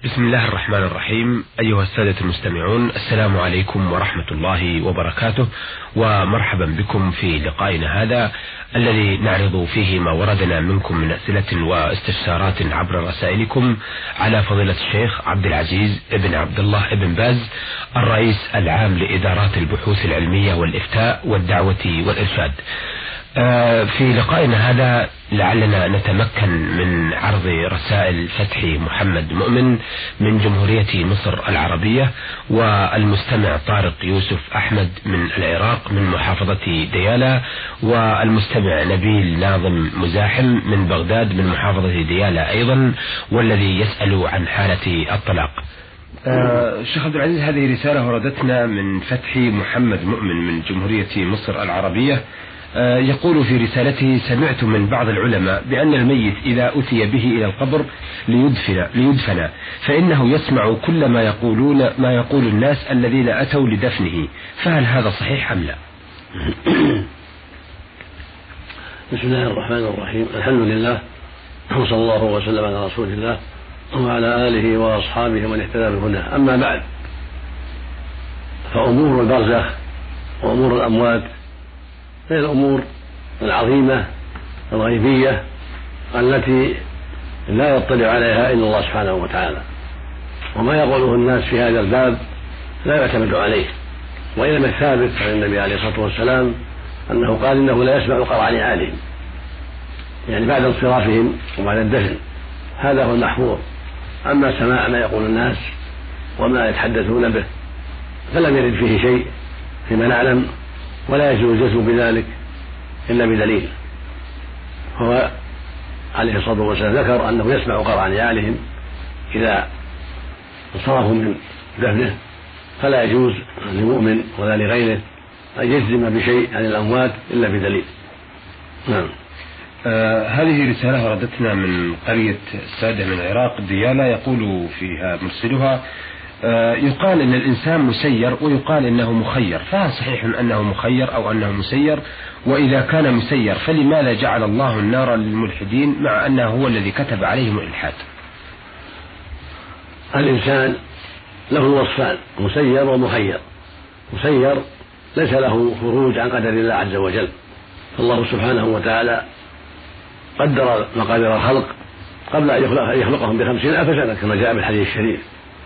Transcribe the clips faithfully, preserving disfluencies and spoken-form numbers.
بسم الله الرحمن الرحيم. أيها السادة المستمعون، السلام عليكم ورحمة الله وبركاته، ومرحبا بكم في لقائنا هذا الذي نعرض فيه ما وردنا منكم من أسئلة واستفسارات عبر رسائلكم على فضيلة الشيخ عبد العزيز ابن عبد الله ابن باز، الرئيس العام لإدارات البحوث العلمية والإفتاء والدعوة والإرشاد. في لقائنا هذا لعلنا نتمكن من عرض رسائل فتحي محمد مؤمن من جمهورية مصر العربية، والمستمع طارق يوسف أحمد من العراق من محافظة ديالى، والمستمع نبيل ناظم مزاحم من بغداد من محافظة ديالى أيضا، والذي يسأل عن حالة الطلاق. الشيخ آه عبد العزيز، هذه رسالة وردتنا من فتحي محمد مؤمن من جمهورية مصر العربية. يقول في رسالته: سمعت من بعض العلماء بأن الميت إذا أتي به إلى القبر ليدفن, ليدفن فإنه يسمع كل ما يقولون ما يقول الناس الذين أتوا لدفنه، فهل هذا صحيح أم لا؟ بسم الله الرحمن الرحيم. الحمد لله، وصلى الله وسلم على رسول الله وعلى آله وأصحابه ومن اهتدى بهداه. أما بعد، فأمور البرزخ وأمور الأموات هي الأمور العظيمة الغيبية التي لا يطلع عليها إلا الله سبحانه وتعالى، وما يقوله الناس في هذا الباب لا يعتمد عليه، وإنما الثابت عن النبي عليه الصلاة والسلام أنه قال: إنه لا يسمع قرع نعالهم، يعني بعد انصرافهم وبعد الدفن، هذا هو المحفوظ. أما سماع ما يقول الناس وما يتحدثون به فلم يرد فيه شيء فيما نعلم، ولا يجوز الجزم بذلك إلا بدليل. هو عليه الصلاة والسلام ذكر أنه يسمع قرع نعالهم إذا انصرفوا من دفنه، فلا يجوز لمؤمن ولا لغيره أن يجزم بشيء عن الأموات إلا بدليل. نعم. آه هذه رسالة وردتنا من قرية السادة من العراق ديالى، يقول فيها مرسلها: آه يقال إن الإنسان مسير ويقال إنه مخير، فهل صحيح أنه مخير أو أنه مسير؟ وإذا كان مسير فلماذا جعل الله النار للملحدين مع أنه هو الذي كتب عليهم الإلحاد؟ الإنسان له وصفان: مسير ومخير. مسير ليس له خروج عن قدر الله عز وجل، فالله سبحانه وتعالى قدر مقادير الخلق قبل أن يخلقهم بخمسين ألف سنة كما جاء بالحديث الشريف.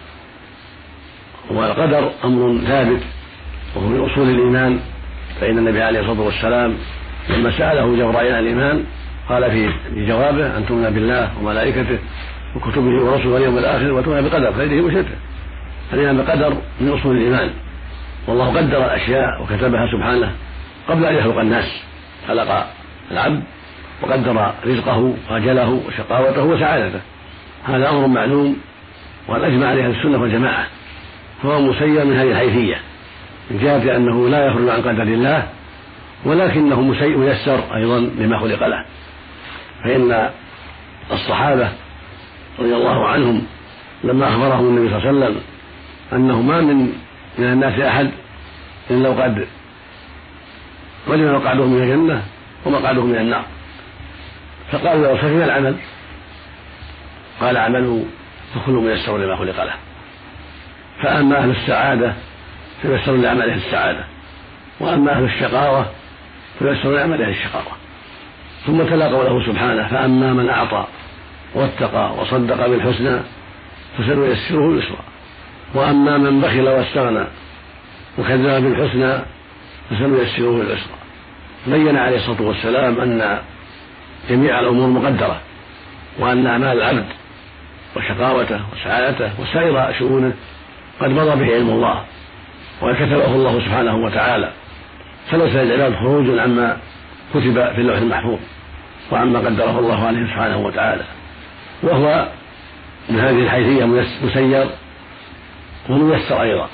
والقدر أمر ثابت وهو من أصول الإيمان، فإن النبي عليه الصلاة والسلام لما سأله جبرائيل عن الإيمان قال في جوابه: أن تؤمن بالله وملائكته وكتبه ورسله واليوم الآخر وتؤمن بقدر خيره وشره. فالإيمان بقدر من أصول الإيمان، والله قدر الأشياء وكتبها سبحانه قبل أن يخلق الناس. خلق العبد وقدر رزقه وأجله وشقاوته وسعادته، هذا أمر معلوم وقد أجمع عليه السنة والجماعة. فهو مسير من هذه الحيثية، من جهة أنه لا يخرج عن قدر الله، ولكنه ميسر أيضا لما خلق له. فإن الصحابة رضي الله عنهم لما أخبرهم النبي صلى الله عليه وسلم أنه ما من من الناس أحد إلا وقد وجد مقعده من الجنة ومقعده من النار، فقالوا: له فيما العمل؟ قال: عمله فكل ميسر لما خلق له. فأما أهل السعادة فييسر لعمله السعادة، وأما أهل الشقاوة فييسر لعمله الشقاوة. ثم تلا قوله سبحانه: فأما من أعطى واتقى وصدق بالحسنى فسنيسره اليسرى، وأما من بخل واستغنى وكذب بالحسنى فسنيسره اليسرى. بين عليه الصلاة والسلام أن جميع الأمور مقدرة، وأن أعمال العبد وشقاوته وسعادته وسائر شؤونه قد مضى به علم الله وكتبه الله سبحانه وتعالى، فليس للعباد خروج عما كتب في اللوح المحفوظ وعما قدره الله عليه سبحانه وتعالى. وهو من هذه الحيثية مسير وميسر أيضا.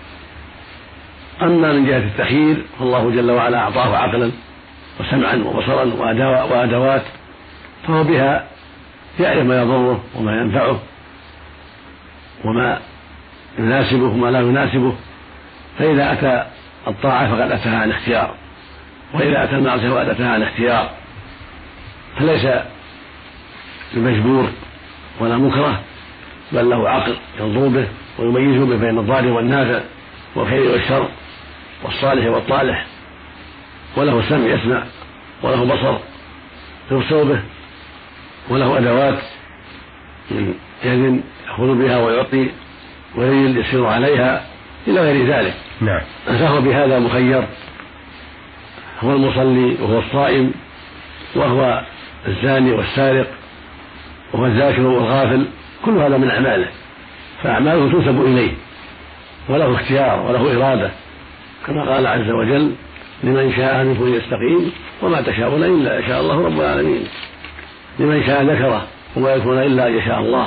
أما من جهة التخيير فالله جل وعلا أعطاه عقلا وسمعا وبصرا وأدوات، فهو بها يعرف ما يضره وما ينفعه وما يناسبه وما لا يناسبه. فإذا أتى الطاعة فقد أتاها عن اختيار، وإذا أتى المعصية فقد أتاها عن اختيار، فليس بمجبور ولا مكره، بل له عقل ينظر به ويميز به بين الضار والنافع والخير والشر والصالح والطالح، وله سمع يسمع، وله بصر يبصر به، وله أدوات من يد يأخذ بها ويعطي ورجل يسير عليها إلى غير ذلك. نعم. فهو بهذا مخير، هو المصلي وهو الصائم وهو الزاني والسارق وهو الذاكر والغافل، كل هذا من أعماله، فأعماله تنسب إليه وله اختيار وله إرادة، كما قال عز وجل: لمن شاء منكم يستقيم وما تشاءون إلا إن شاء الله رب العالمين. لمن شاء ذكره وما يكون إلا أن يشاء الله.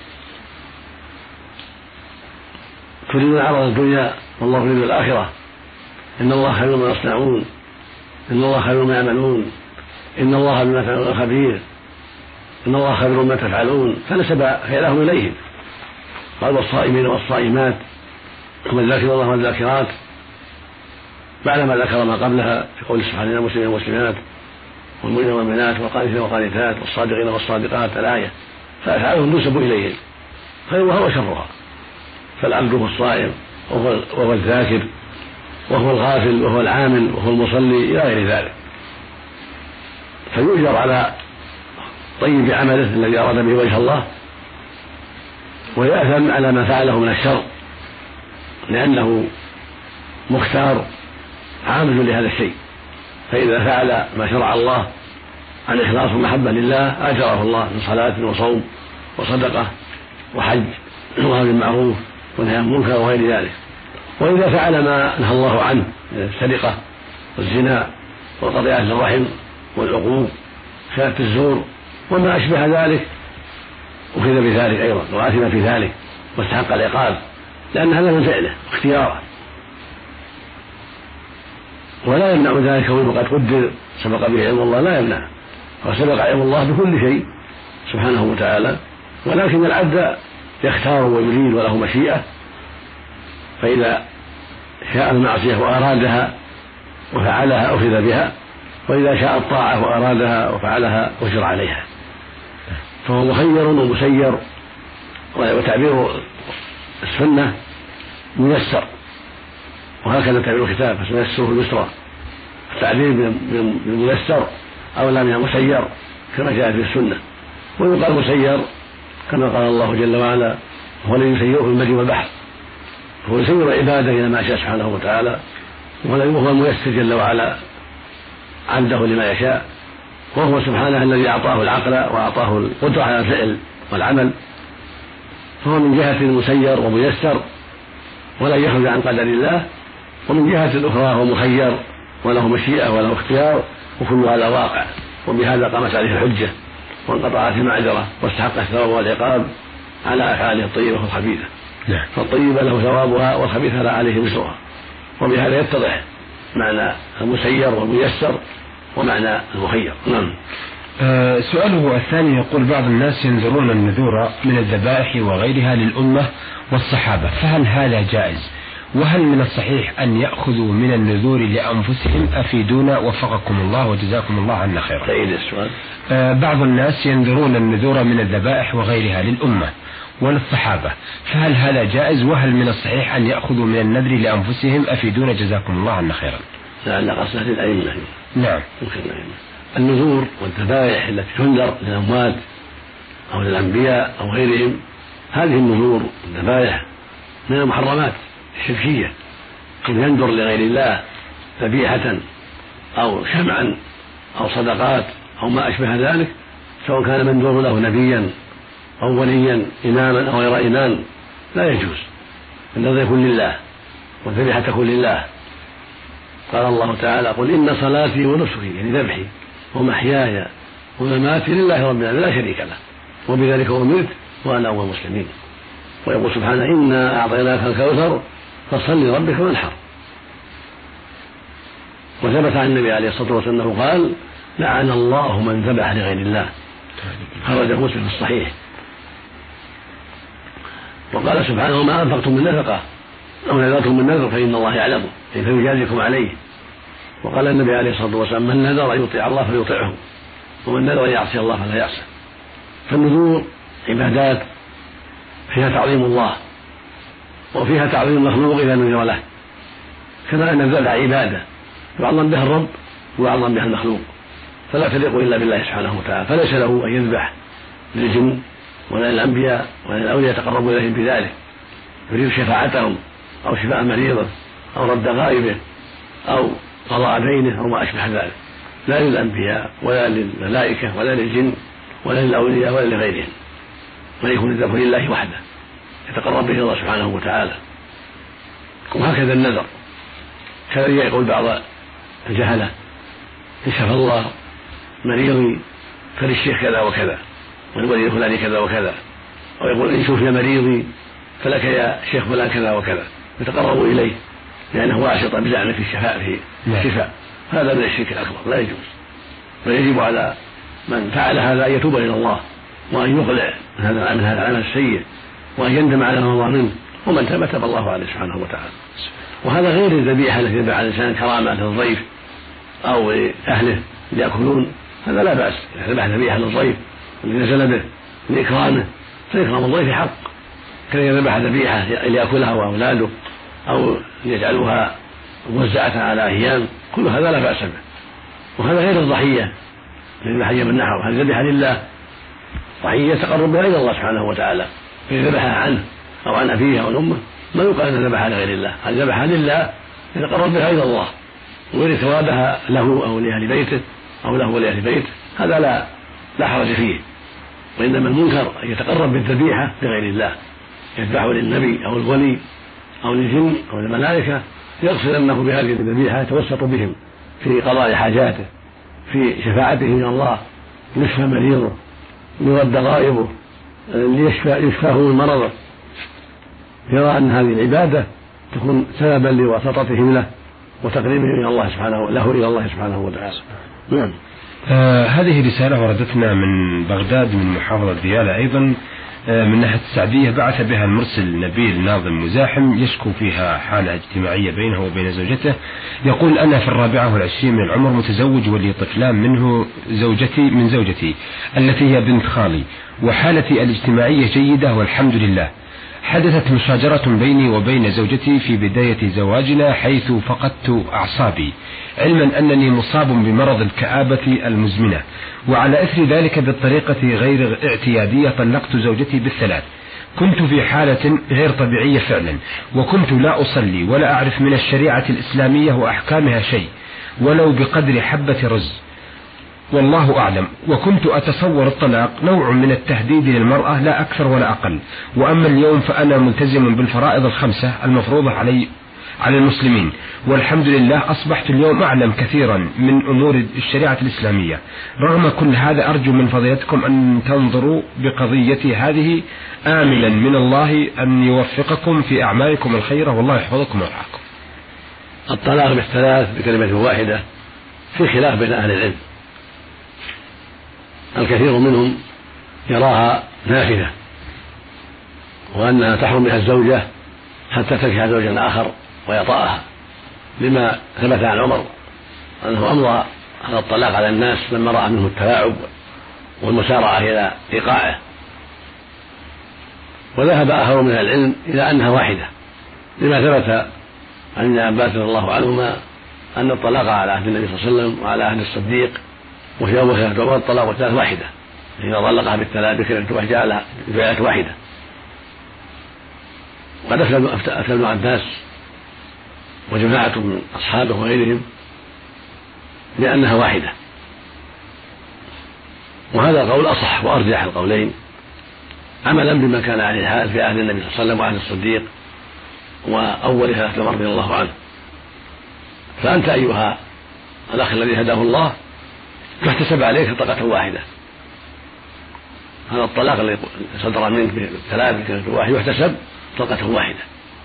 تريدون عرض الدنيا والله يريد الآخرة، إن الله خير ما يصنعون، إن الله خير ما يعملون، إن الله بما تعملون خبير، إن الله خير ما تفعلون، فنسب خيرهم إليهم. قال: والصائمين والصائمات والذاكرين الله والذاكرات، بعدما ذكر ما قبلها في قول سبحانه: المسلمين والمسلمات والمؤمنين والمؤمنات والقانتين والقانتات والصادقين والصادقات، الآية. فأفعالهم تنسب إليهم خيرها وشرها، فالعبد هو الصائم وهو الذاكر وهو الغافل وهو العامل وهو المصلي إلى غير ذلك، فيؤجر على طيب عمله الذي أراد به وجه الله، ويأثم على ما فعله من الشر، لأنه مختار عامل لهذا الشيء. فإذا فعل ما شرع الله عن إخلاص ومحبة لله أجره الله من صلاة وصوم وصدقة وحج وأمر بالمعروف ونهي عن المنكر وغير ذلك. وإذا فعل ما نهى الله عنه من السرقة والزنا وقطيعة الرحم والعقوق شهادة الزور وما أشبه ذلك أخذ بذلك أيضا وآثم في ذلك واستحق العقاب، لأن هذا من فعله واختياره، ولا يمنع ذلك كونه قد قدر سبق به علم الله، لا يمنع، وسبق علم الله بكل شيء سبحانه وتعالى، ولكن العبد يختار ويريد وله مشيئة، فإذا شاء المعصية وأرادها وفعلها أخذ بها، وإذا شاء الطاعة وأرادها وفعلها أجر عليها، فهو مخير ومسير. وتعبير السنة ميسر، وهكذا تعبير الكتاب فسيسره اليسرى. التعبير بالميسر أولى من المسير كما جاء في السنة، ويقال مسير كما قال الله جل وعلا: هو الذي يسيره في البر والبحر، هو يسير عباده إلى ما شاء سبحانه وتعالى، وهو الميسر جل وعلا عبده لما يشاء، وهو سبحانه الذي أعطاه العقل وأعطاه القدرة على الفعل والعمل، فهو من جهة مسير وميسر ولا يخرج عن قدر الله، ومن جهة أخرى هو مخير وله مشيئة وله اختيار، وكل هذا واقع. وبهذا قامت عليه الحجة وانقطعت المعذرة واستحق الثواب والعقاب على أفعاله الطيبة والخبيثة. فالطيبة له ثوابها والخبيثة لا عليه وزرها. وبهذا يتضح معنى المسير والميسر ومعنى المخير. نعم. أه سؤاله الثاني يقول: بعض الناس ينذرون النذور من الذبائح وغيرها للأمة والصحابة، فهل هذا جائز؟ وهل من الصحيح أن يأخذوا من النذور لأنفسهم؟ أفيدونا وفقكم الله وجزاكم الله عنا خيرا. السؤال. أه بعض الناس ينذرون النذور من الذبائح وغيرها للأمة وللصحابة، فهل هذا جائز؟ وهل من الصحيح أن يأخذوا من النذر لأنفسهم؟ أفيدونا جزاكم الله عنا خيرا. لعل قصده للأئمة. نعم. النذور والذبائح التي تنذر للأموات أو للأنبياء أو غيرهم، هذه النذور والذبائح من المحرمات الشركية، كن ينذر لغير الله ذبيحة أو شمعا أو صدقات أو ما أشبه ذلك، سواء كان منذور له نبيا أو وليا إماما أو غير إمام، لا يجوز. النذر يكون لله والذبيحة تكون لله. قال الله تعالى: قل إن صلاتي ونسكي، يعني ذبحي ومحياي ومماتي لله رب العالمين لا شريك له وبذلك أمرت وأنا أول المسلمين. ويقول سبحانه: إنا أعطيناك الكوثر فصل لربك وانحر. وثبت عن النبي عليه الصلاة والسلام أنه قال: لعن الله من ذبح لغير الله، خرجه مسلم في الصحيح. وقال سبحانه: ما أنفقتم من نفقة أو نذرتم من نذر فإن الله يعلمه فيجازيكم عليه. وقال النبي عليه الصلاة والسلام: من نذر أن يطيع الله فليطيعه، ومن نذر أن يعصي الله فلا يعصي. فالنذور عبادات فيها تعظيم الله وفيها تعظيم المخلوق إذا نذر له، كما أن الذبح عبادة يعظم بها الرب ويعظم بها المخلوق، فلا تليق إلا بالله سبحانه وتعالى، فليس له أن يذبح للجن ولا للأنبياء ولا الأولياء يتقربوا إليهم بذلك يريد شفاعتهم أو شفاء مريضه أو رد غائبه أو قضاء دينه أو ما أشبه ذلك، لا للأنبياء ولا للملائكة ولا للجن ولا للأولياء ولا لغيرهم، بل يكون الذبح لله وحده يتقرب به الله سبحانه وتعالى. وهكذا النذر كذلك يقول بعض الجهلة إن شفى الله مريضي فللشيخ كذا وكذا والولي الفلاني كذا وكذا، أو يقول إن شفي مريضي فلك يا شيخ فلان كذا وكذا، يتقرب إليه لأنه واسطة بزعمه في الشفاء في الشفاء، هذا من الشرك الأكبر لا يجوز، فيجب على من فعل هذا أن يتوب إلى الله وأن يقلع من هذا العمل السيء وأن يندم على ما مضى منه، ومن تاب تاب الله عليه سبحانه وتعالى. وهذا غير الذبيحة التي يذبح على الإنسان كرامة للضيف أو لأهله ليأكلون، هذا لا بأس، إذا ذبح ذبيحة للضيف الذي نزل به لإكرامه فإكرام الضيف حق، كان يذبح ذبيحة ليأكلها وأولاده أو ليجعلوها موزعة على أيام، كل هذا لا بأس به. وهذا غير الضحية الذي ذبح من نحره، هذه ذبح لله ضحية يتقرب بها إلى الله سبحانه وتعالى، فإذا ذبحها عنه أو عن أبيه أو أمه ما يقال أن ذبحها لغير الله، هذه ذبحها لله يتقرب بها إلى الله وغير ثوابها له أو لأهل بيته أو له ولأهل بيته، هذا لا لا حرج فيه. وإنما المنكر أن يتقرب بالذبيحة لغير الله، يذبح للنبي أو الولي أو للجن أو الملائكة، يقصد أنه بهذه الذبيحة يتوسط بهم في قضاء حاجاته، في شفاعته من الله، يشفى مريضه، يرد غائبه، ليشفى يشفاه من مرضه، يرى أن هذه العبادة تكون سببا لواسطتهم له وتقريبهم إلى الله سبحانه له إلى الله سبحانه وتعالى. نعم. آه هذه رسالة وردتنا من بغداد من محافظة ديالى أيضا آه من ناحية السعدية، بعث بها المرسل نبيل ناظم مزاحم يشكو فيها حالة اجتماعية بينه وبين زوجته. يقول أنا في الرابعة والعشرين من العمر، متزوج ولي طفلان منه زوجتي من زوجتي التي هي بنت خالي، وحالتي الاجتماعية جيدة والحمد لله. حدثت مشاجرة بيني وبين زوجتي في بداية زواجنا حيث فقدت أعصابي، علما أنني مصاب بمرض الكآبة المزمنة، وعلى إثر ذلك بالطريقة غير اعتيادية طلقت زوجتي بالثلاث. كنت في حالة غير طبيعية فعلا، وكنت لا أصلي ولا أعرف من الشريعة الإسلامية وأحكامها شيء ولو بقدر حبة رز، والله أعلم. وكنت أتصور الطلاق نوع من التهديد للمرأة لا أكثر ولا أقل. وأما اليوم فأنا ملتزم بالفرائض الخمسة المفروضة علي على المسلمين، والحمد لله أصبحت اليوم أعلم كثيرا من أمور الشريعة الإسلامية. رغم كل هذا أرجو من فضيلتكم أن تنظروا بقضيتي هذه، آملا من الله أن يوفقكم في أعمالكم الخيرة، والله يحفظكم ويرعاكم. الطلاق بالثلاث بكلمة واحدة في خلاف بين أهل العلم، الكثير منهم يراها نافذة وأنها تحرم بها الزوجة حتى تنكح زوجا آخر ويطأها، لما ثبت عن عمر أنه أمضى على الطلاق على الناس لما رأى منه التلاعب والمسارعة إلى إيقاعه. وذهب آخر من العلم إلى أنها واحدة، لما ثبت عن ابن عباس رضي الله عنهما أن الطلاق على عهد النبي صلى الله عليه وسلم وعلى عهد الصديق وفي أول خلافة عمر الطلاق والثلاث واحدة، إذا طلقها بالثلاث بكلمة جعلها بفعلة واحدة. وقد أفتى ابن عباس وجماعة من أصحابه وغيرهم لأنها واحدة، وهذا القول أصح وأرجح القولين عملا بما كان عليه الحال في عهد النبي صلى الله عليه وسلم وعهد الصديق وأول خلافة عمر رضي الله عنه. فأنت أيها الأخ الذي هداه الله تحتسب عليك طلقة واحدة، هذا الطلاق الذي صدر منك بالثلاث بكلمة واحدة يحتسب طلقة واحدة.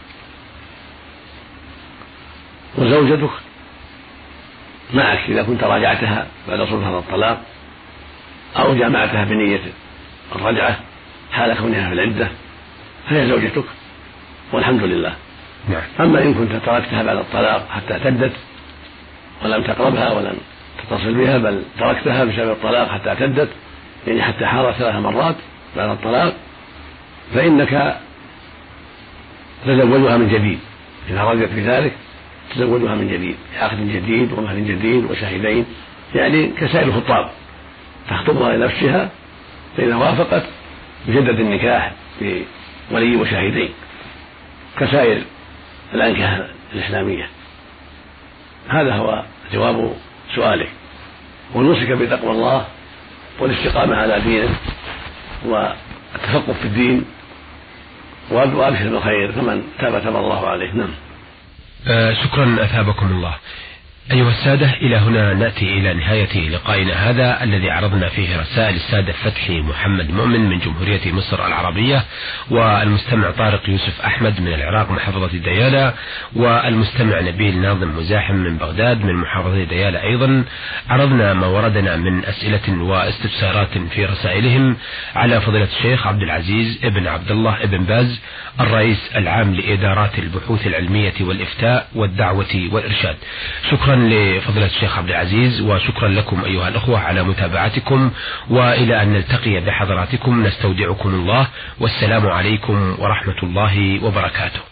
وزوجتك معك إذا كنت راجعتها بعد صدور هذا الطلاق أو جامعتها بنية الرجعة حال كونها في العدة فهي زوجتك والحمد لله. نعم. أما إن كنت تركتها بعد الطلاق حتى اعتدت ولم تقربها ولم تتصل بها بل تركتها بسبب الطلاق حتى اعتدت، يعني حتى حارت ثلاث مرات بعد الطلاق، فإنك تزوجها من جديد، إذا رغبت في ذلك تزوجها من جديد بعقد جديد ومهر جديد وشاهدين، يعني كسائر الخطاب تخطبها لنفسها، فإذا وافقت يجدد النكاح بولي وشاهدين كسائر الأنكحة الإسلامية. هذا هو جواب سؤالك، ونوصيك بتقوى الله والاستقامة على دينه والتفقه في الدين، وأبشر بالخير فمن تاب تاب الله عليه. نعم. آه شكرا أثابكم الله. أيها السادة، إلى هنا نأتي إلى نهاية لقائنا هذا الذي عرضنا فيه رسائل السادة فتحي محمد مؤمن من جمهورية مصر العربية، والمستمع طارق يوسف أحمد من العراق محافظة ديالى، والمستمع نبيل ناظم مزاحم من بغداد من محافظة ديالى أيضا. عرضنا ما وردنا من أسئلة واستفسارات في رسائلهم على فضيلة الشيخ عبد العزيز ابن عبد الله ابن باز الرئيس العام لإدارات البحوث العلمية والإفتاء والدعوة والإرشاد. شكرا لفضيلة الشيخ عبد العزيز، وشكرا لكم أيها الأخوة على متابعتكم، وإلى أن نلتقي بحضراتكم نستودعكم الله، والسلام عليكم ورحمة الله وبركاته.